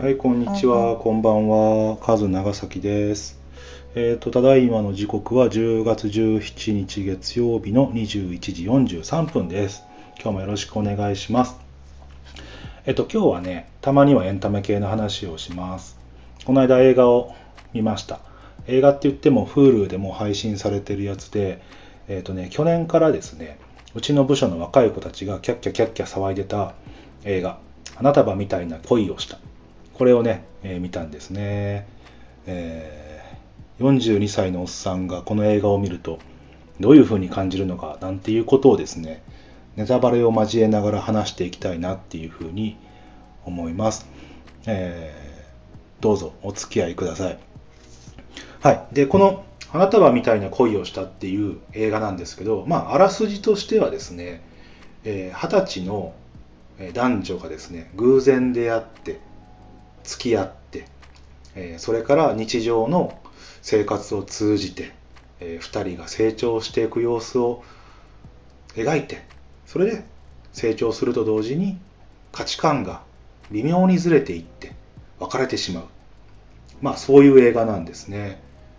はい、こんにちは、こんばんは、カズ長崎です。ただいまの時刻は10月17日月曜日の21時43分です。今日もよろしくお願いします。今日はね、たまにはエンタメ系の話をします。この間映画を見ました。映画って言っても Hulu でも配信されてるやつで、去年からですね、うちの部署の若い子たちがキャッキャキャッキャ騒いでた映画、花束みたいな恋をした。これをね、見たんですね。42歳のおっさんがこの映画を見るとどういう風に感じるのかなんていうことをですね、ネタバレを交えながら話していきたいなっていう風に思います。どうぞお付き合いください。はい。で、この花束みたいな恋をしたっていう映画なんですけど、あらすじとしてはですね、20歳の男女がですね、偶然出会って付き合って、それから日常の生活を通じて、2人が成長していく様子を描いて、それで成長すると同時に価値観が微妙にずれていって別れてしまう、そういう映画なんですね。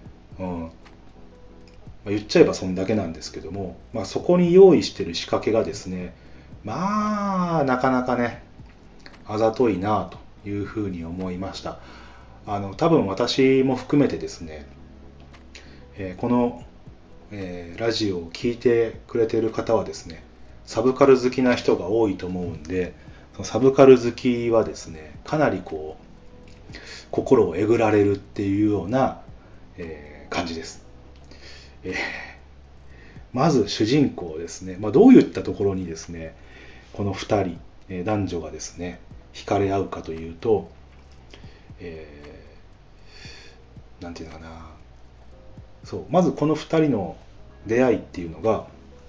言っちゃえばそんだけなんですけども、そこに用意している仕掛けがですね、なかなかねあざといなというふうに思いました。多分私も含めてですね、この、ラジオを聞いてくれている方はですね、サブカル好きな人が多いと思うんで、そのサブカル好きはですね、かなりこう心をえぐられるっていうような、感じです。まず主人公ですね、どういったところにですね、この2人、男女がですね惹かれ合うかというと、なんていうのかな、まずこの2人の出会いっていうのが、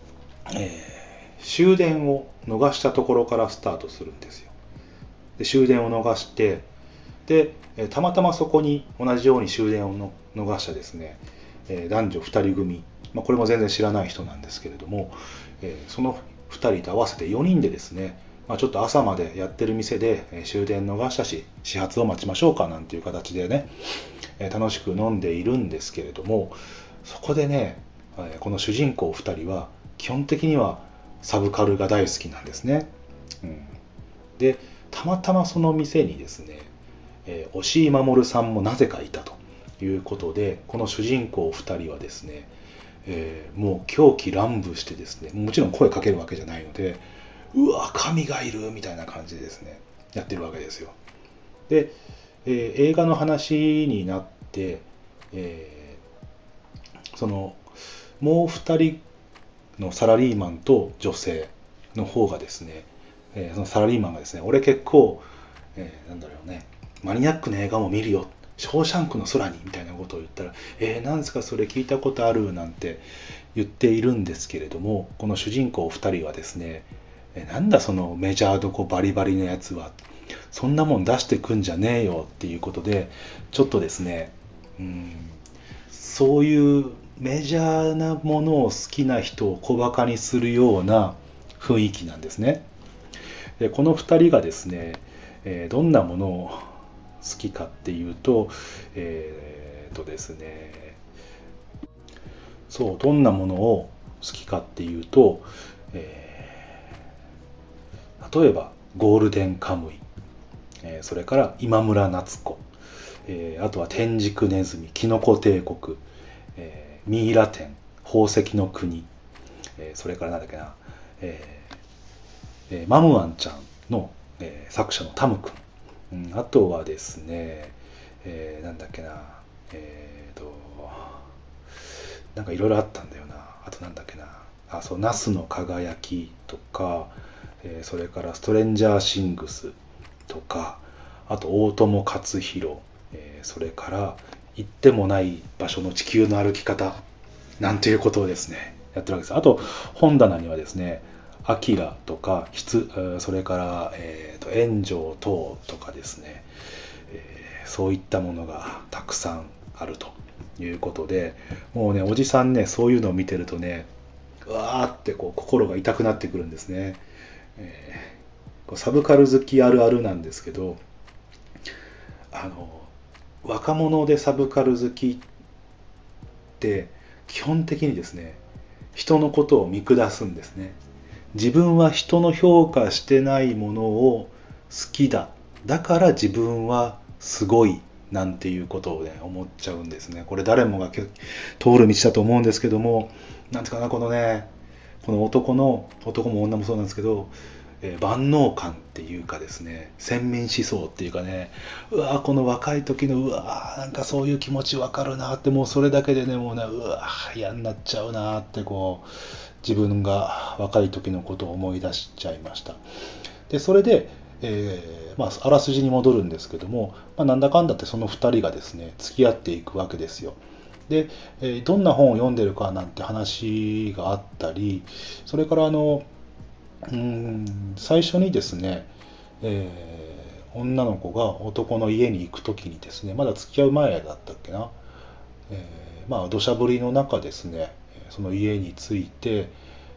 終電を逃したところからスタートするんですよ。で終電を逃して、でたまたまそこに同じように終電を逃したですね、男女2人組、これも全然知らない人なんですけれども、その2人と合わせて4人でですね、ちょっと朝までやってる店で終電逃したし始発を待ちましょうかなんていう形でね、楽しく飲んでいるんですけれども、そこでね、この主人公2人は基本的にはサブカルが大好きなんですね。でたまたまその店にですね、押井守さんもなぜかいたということで、この主人公2人はですね、もう狂気乱舞してですね、もちろん声かけるわけじゃないので、うわ神がいるみたいな感じでですねやってるわけですよ。で、映画の話になって、そのもう2人のサラリーマンと女性の方がですね、そのサラリーマンがですね、俺結構、なんだろうね、マニアックな映画も見るよ、ショーシャンクの空にみたいなことを言ったら、なんですかそれ聞いたことあるなんて言っているんですけれども、この主人公2人はですね、なんだそのメジャーどこバリバリのやつは、そんなもん出してくんじゃねえよっていうことで、ちょっとですね、そういうメジャーなものを好きな人を小バカにするような雰囲気なんですね。でこの2人がですね、どんなものを好きかっていうと、ですね、どんなものを好きかっていうと、例えばゴールデンカムイ、それから今村夏子、あとは天竺ネズミ、キノコ帝国、ミイラ店、宝石の国、それからなんだっけな、マムアンちゃんの、作者のタム君、あとはですね、なんだっけな、なんかいろいろあったんだよな。あとなんだっけな、ナスの輝きとか、それからストレンジャーシングスとか、あと大友克洋、それから行ってもない場所の地球の歩き方なんていうことをですねやってるわけです。あと本棚にはですね、アキラとかそれから、炎上等とかですね、そういったものがたくさんあるということで、もうねおじさんね、そういうのを見てるとね、うわーってこう心が痛くなってくるんですね。サブカル好きあるあるなんですけど、 若者でサブカル好きって基本的にですね、人のことを見下すんですね。自分は人の評価してないものを好きだ、だから自分はすごいなんていうことをね思っちゃうんですね。これ誰もが通る道だと思うんですけども、なんていうかな、この男も女もそうなんですけど、万能感っていうかですね、先民思想っていうかね、うわこの若い時のなんかそういう気持ちわかるなって、もうそれだけでね、もうね、嫌になっちゃうなって自分が若い時のことを思い出しちゃいました。でそれで、あらすじに戻るんですけども、なんだかんだってその2人がですね付き合っていくわけですよ。で、どんな本を読んでるかなんて話があったり、それから最初にですね、女の子が男の家に行く時にですね、まだ付き合う前だったっけな、土砂降りの中ですね、その家に着いて、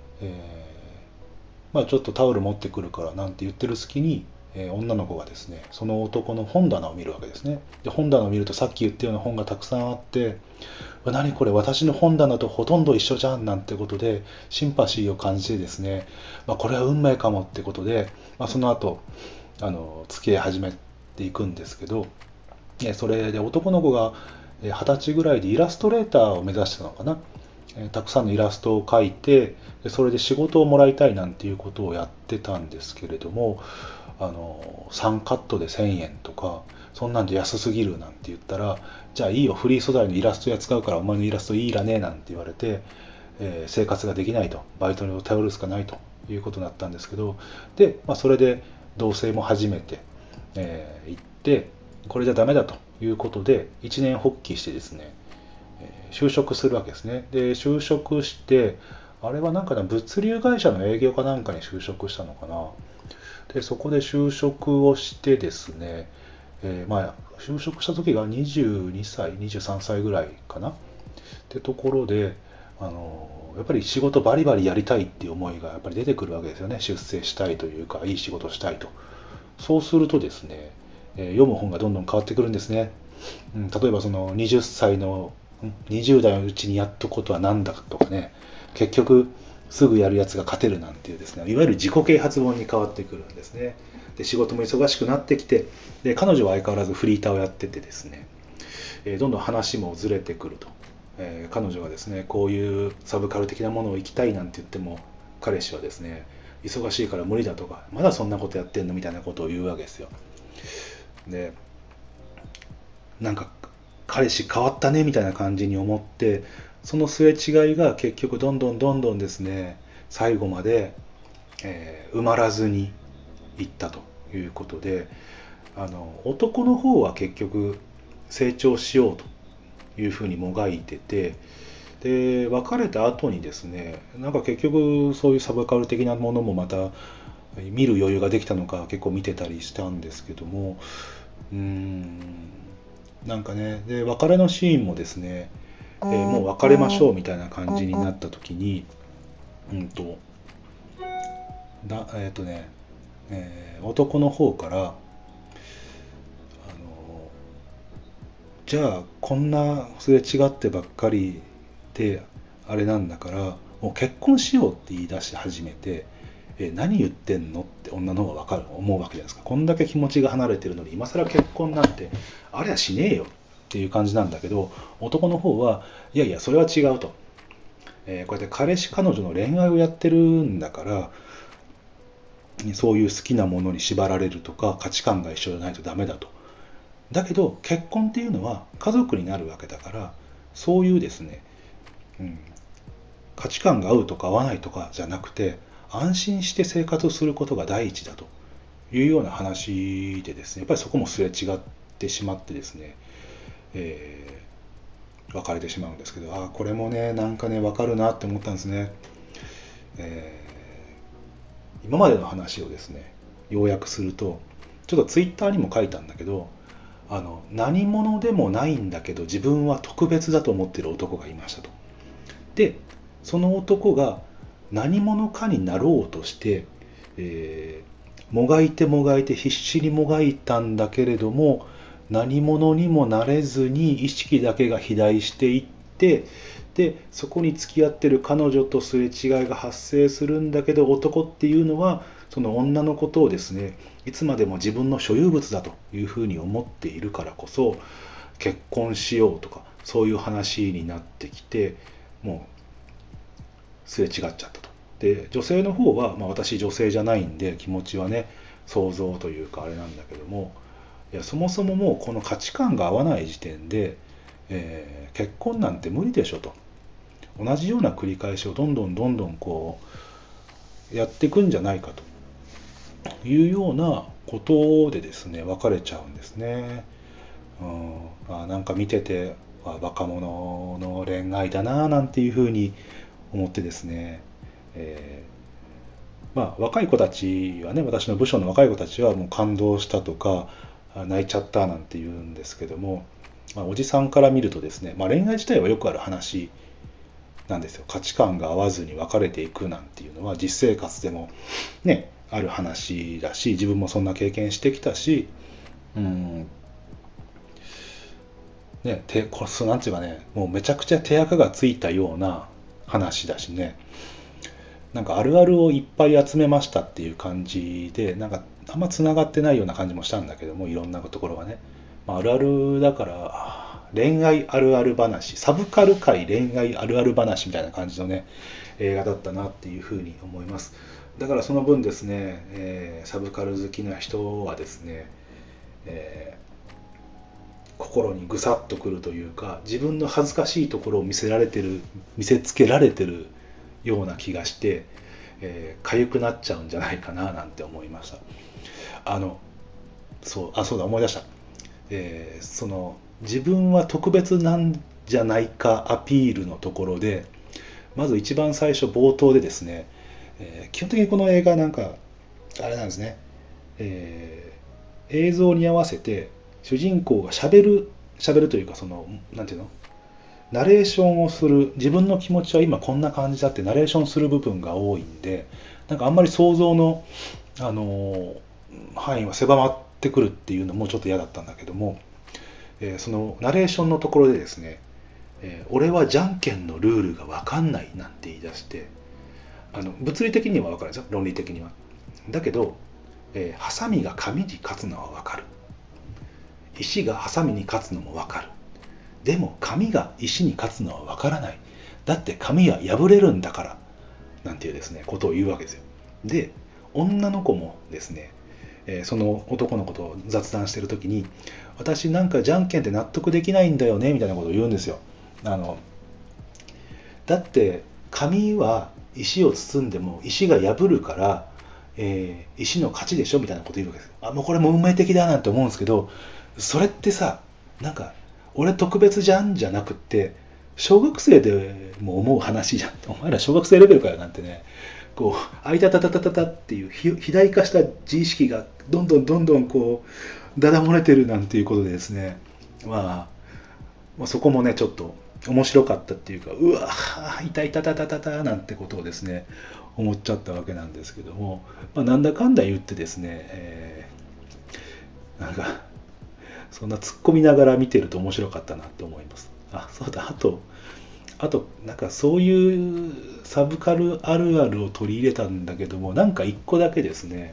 ちょっとタオル持ってくるからなんて言ってる隙に、女の子がですねその男の本棚を見るわけですね。で本棚を見るとさっき言ったような本がたくさんあって、何これ私の本棚とほとんど一緒じゃんなんてことでシンパシーを感じてですね、これは運命かもってことで、その後付き合い始めていくんですけど、それで男の子が20歳ぐらいでイラストレーターを目指してたのかな。たくさんのイラストを描いて、それで仕事をもらいたいなんていうことをやってたんですけれども、3カットで1000円とかそんなんで安すぎるなんて言ったら、じゃあいいよ、フリー素材のイラストや使うからお前のイラストいいらねえなんて言われて、生活ができないと、バイトに頼るしかないということになったんですけど、で、それで同棲も始めて、行って、これじゃダメだということで一年発起してですね、就職するわけですね。で就職して、あれはなんか物流会社の営業かなんかに就職したのかな。でそこで就職をしてですね、就職した時が22歳23歳ぐらいかなってところで、やっぱり仕事バリバリやりたいっていう思いがやっぱり出てくるわけですよね。出世したいというか、いい仕事したいと。そうするとですね、読む本がどんどん変わってくるんですね。例えばその20代のうちにやっとくことは何だとかね、結局すぐやるやつが勝てるなんていうですね、いわゆる自己啓発本に変わってくるんですね。で仕事も忙しくなってきて、で彼女は相変わらずフリーターをやっててですね、どんどん話もずれてくると、彼女がですねこういうサブカル的なものを行きたいなんて言っても、彼氏はですね忙しいから無理だとか、まだそんなことやってんのみたいなことを言うわけですよ。でなんか彼氏変わったねみたいな感じに思って、そのすれ違いが結局どんどんですね最後まで、埋まらずにいったということで、男の方は結局成長しようというふうにもがいてて、で別れた後にですね、なんか結局そういうサブカル的なものもまた見る余裕ができたのか結構見てたりしたんですけども、なんかね、で別れのシーンもですね、もう別れましょうみたいな感じになった時に、男の方からじゃあこんなすれ違ってばっかりであれなんだから、もう結婚しようって言い出し始めて、何言ってんのって女の方が思うわけじゃないですか。こんだけ気持ちが離れてるのに今更結婚なんてありゃしねえよっていう感じなんだけど、男の方はいやいやそれは違うと、こうやって彼氏彼女の恋愛をやってるんだから、そういう好きなものに縛られるとか価値観が一緒じゃないとダメだと。だけど結婚っていうのは家族になるわけだから、そういうですね、価値観が合うとか合わないとかじゃなくて、安心して生活をすることが第一だというような話でですね、やっぱりそこもすれ違ってしまってですね、別れてしまうんですけど、これもねなんかね分かるなって思ったんですね。今までの話をですね要約すると、ちょっとツイッターにも書いたんだけど、何者でもないんだけど自分は特別だと思っている男がいましたと。でその男が何者かになろうとして、もがいて必死にもがいたんだけれども、 何者にもなれずに意識だけが肥大していって、でそこに付き合ってる彼女とすれ違いが発生するんだけど、男っていうのはその女のことをですね、いつまでも自分の所有物だというふうに思っているからこそ、結婚しようとかそういう話になってきて、もうすれ違っちゃったと。で女性の方は、私女性じゃないんで気持ちはね想像というかあれなんだけども、いやそもそももうこの価値観が合わない時点で、結婚なんて無理でしょと。同じような繰り返しをどんどんこうやっていくんじゃないかというようなことでですね、別れちゃうんですね。なんか見てて若者の恋愛だななんていうふうに思ってですね、若い子たちはね、私の部署の若い子たちはもう感動したとか泣いちゃったなんて言うんですけども、おじさんから見るとですね、恋愛自体はよくある話なんですよ。価値観が合わずに別れていくなんていうのは実生活でもねある話だし、自分もそんな経験してきたし、なんていうかね、もうめちゃくちゃ手垢がついたような話だしね、なんかあるあるをいっぱい集めましたっていう感じで、なんかあんまつながってないような感じもしたんだけども、いろんなところがね、あるあるだから恋愛あるある話、サブカル界恋愛あるある話みたいな感じのね映画だったなっていうふうに思います。だからその分ですね、サブカル好きな人はですね、心にぐさっとくるというか、自分の恥ずかしいところを見せつけられてるような気がして、痒くなっちゃうんじゃないかななんて思いました。そうだ、思い出した。その自分は特別なんじゃないかアピールのところで、まず一番最初冒頭でですね、基本的にこの映画なんかあれなんですね、映像に合わせて主人公がしゃべるというか、そのなんていうの、ナレーションをする、自分の気持ちは今こんな感じだってナレーションする部分が多いんで、なんかあんまり想像の、範囲は狭まってくるっていうのもちょっと嫌だったんだけども、そのナレーションのところでですね、俺はじゃんけんのルールが分かんないなんて言い出して、物理的には分かるんですよ、論理的には。だけど、ハサミが紙に勝つのは分かる、石がハサミに勝つのも分かる、でも紙が石に勝つのは分からない、だって紙は破れるんだからなんていうですねことを言うわけですよ。で女の子もですね、その男の子と雑談してる時に、私なんかじゃんけんって納得できないんだよねみたいなことを言うんですよ。だって紙は石を包んでも石が破るから、石の勝ちでしょみたいなことを言うわけです。もうこれも運命的だなんて思うんですけど、それってさ、なんか俺特別じゃんじゃなくって、小学生でも思う話じゃん。お前ら小学生レベルかよなんてね、こうあいたたたたたたっていう肥大化した自意識がどんどんこうだだ漏れてるなんていうことでですね、そこもねちょっと面白かったっていうか、うわいたいたたたたたなんてことをですね思っちゃったわけなんですけども、なんだかんだ言ってですね、なんかそんな突っ込みながら見てると面白かったなって思います。そうだ、あとなんかそういうサブカルあるあるを取り入れたんだけども、なんか一個だけですね、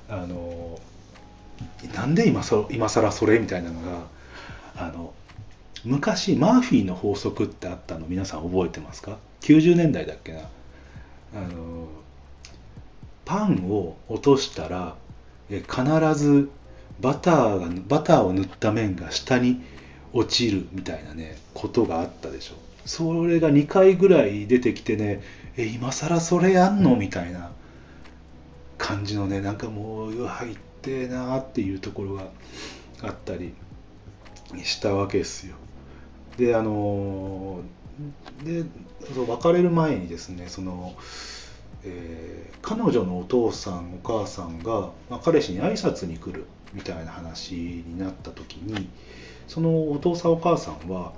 なんで今更それみたいなのが、昔マーフィーの法則ってあったの皆さん覚えてますか？90年代だっけな。パンを落としたら必ずバターを塗った面が下に落ちるみたいなねことがあったでしょ。それが2回ぐらい出てきてね、今更それやんのみたいな感じのね、なんかもううわ言ってえなっていうところがあったりしたわけですよ。で別れる前にですね、彼女のお父さんお母さんが、彼氏に挨拶に来るみたいな話になった時に、そのお父さんお母さんは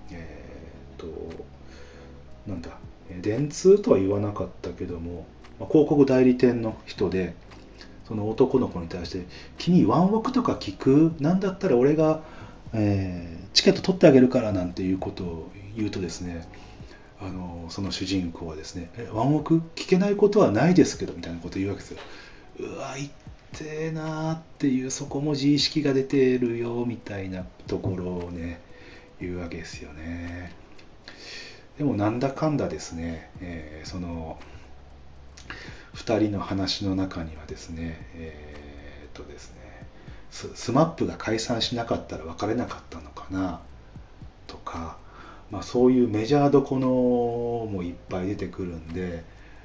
なんだ電通とは言わなかったけども、広告代理店の人で、その男の子に対して「君ワンオクとか聞く？なんだったら俺がチケット取ってあげるからなんていうことを言うとですね、その主人公はですね、ワンオク聞けないことはないですけどみたいなことを言うわけですよ。うわ、言ってえなーっていう、そこも自意識が出てるよみたいなところをね、言うわけですよね。でもなんだかんだですね、その2人の話の中にはですね、ですね、スマップが解散しなかったら別れなかったのかなとか、そういうメジャーどこのもいっぱい出てくるんで、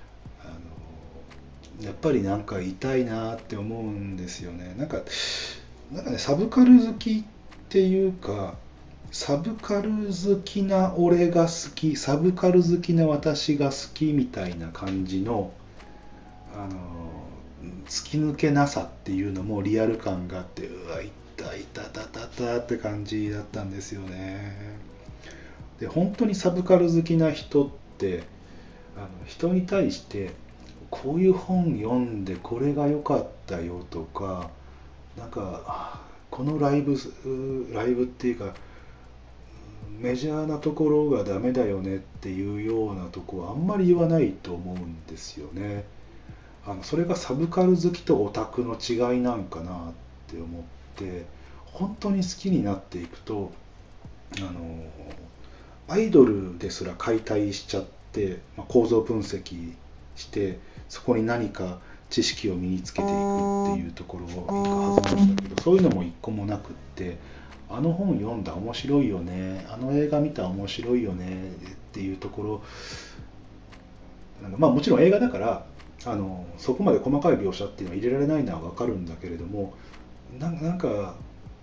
やっぱりなんか痛いなって思うんですよね。なんかね、サブカル好きっていうか、サブカル好きな俺が好き、サブカル好きな私が好きみたいな感じの、突き抜けなさっていうのもリアル感があって、うわ、痛いたたたたって感じだったんですよね。で、本当にサブカル好きな人って、人に対してこういう本読んでこれが良かったよとか、なんかこのライブっていうかメジャーなところがダメだよねっていうようなとこはあんまり言わないと思うんですよね。それがサブカル好きとオタクの違いなんかなって思って、本当に好きになっていくとアイドルですら解体しちゃって、構造分析してそこに何か知識を身につけていくっていうところがはずなんだけど、そういうのも一個もなくって、あの本読んだ面白いよね、あの映画見た面白いよねっていうところ、もちろん映画だからそこまで細かい描写っていうのは入れられないのは分かるんだけれども、なんか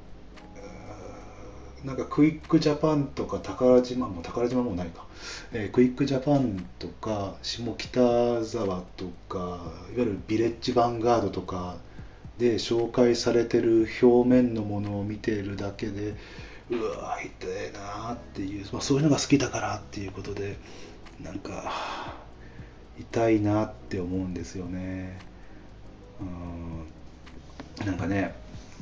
クイックジャパンとか宝島もうないか、クイックジャパンとか下北沢とかいわゆるビレッジヴァンガードとかで紹介されてる表面のものを見ているだけで、うわ痛いなっていう、そういうのが好きだからっていうことでなんか痛いなって思うんですよね。なんかね、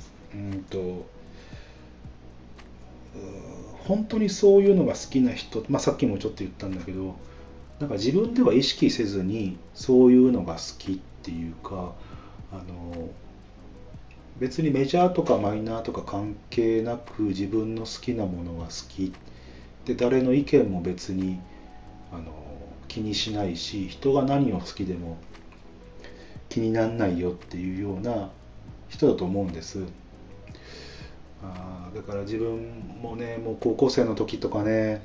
本当にそういうのが好きな人、さっきもちょっと言ったんだけど、なんか自分では意識せずにそういうのが好きっていうか、別にメジャーとかマイナーとか関係なく自分の好きなものが好きで、誰の意見も別に気にしないし、人が何を好きでも気にならないよっていうような人だと思うんです。だから自分もね、もう高校生の時とかね、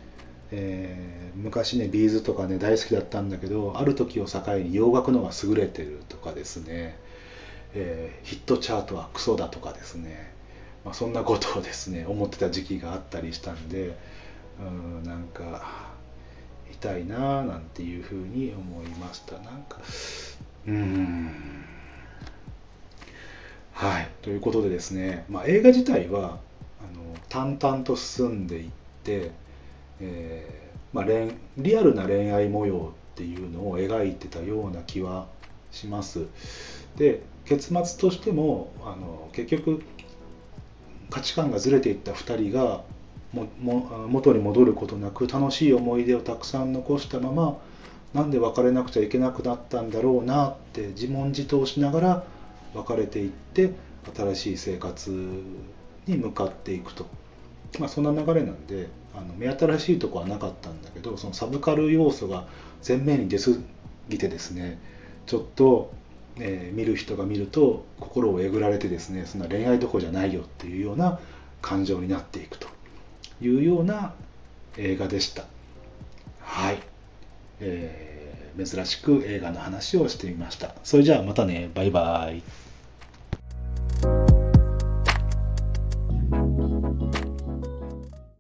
昔ねビーズとかね大好きだったんだけど、ある時を境に洋楽のが優れてるとかですね、ヒットチャートはクソだとかですね、そんなことをですね思ってた時期があったりしたんで、なんか痛いなぁなんていうふうに思いました。なんかはい、ということでですね、映画自体は淡々と進んでいって、リアルな恋愛模様っていうのを描いてたような気はします。で、結末としても結局価値観がずれていった2人が元に戻ることなく楽しい思い出をたくさん残したまま、なんで別れなくちゃいけなくなったんだろうなって自問自答しながら別れていって新しい生活に向かっていくと、そんな流れなんで目新しいとこはなかったんだけど、そのサブカル要素が前面に出過ぎてですね、ちょっと、見る人が見ると心をえぐられてですね、そんな恋愛どころじゃないよっていうような感情になっていくというような映画でした。はい、珍しく映画の話をしてみました。それじゃあまたね、バイバイ。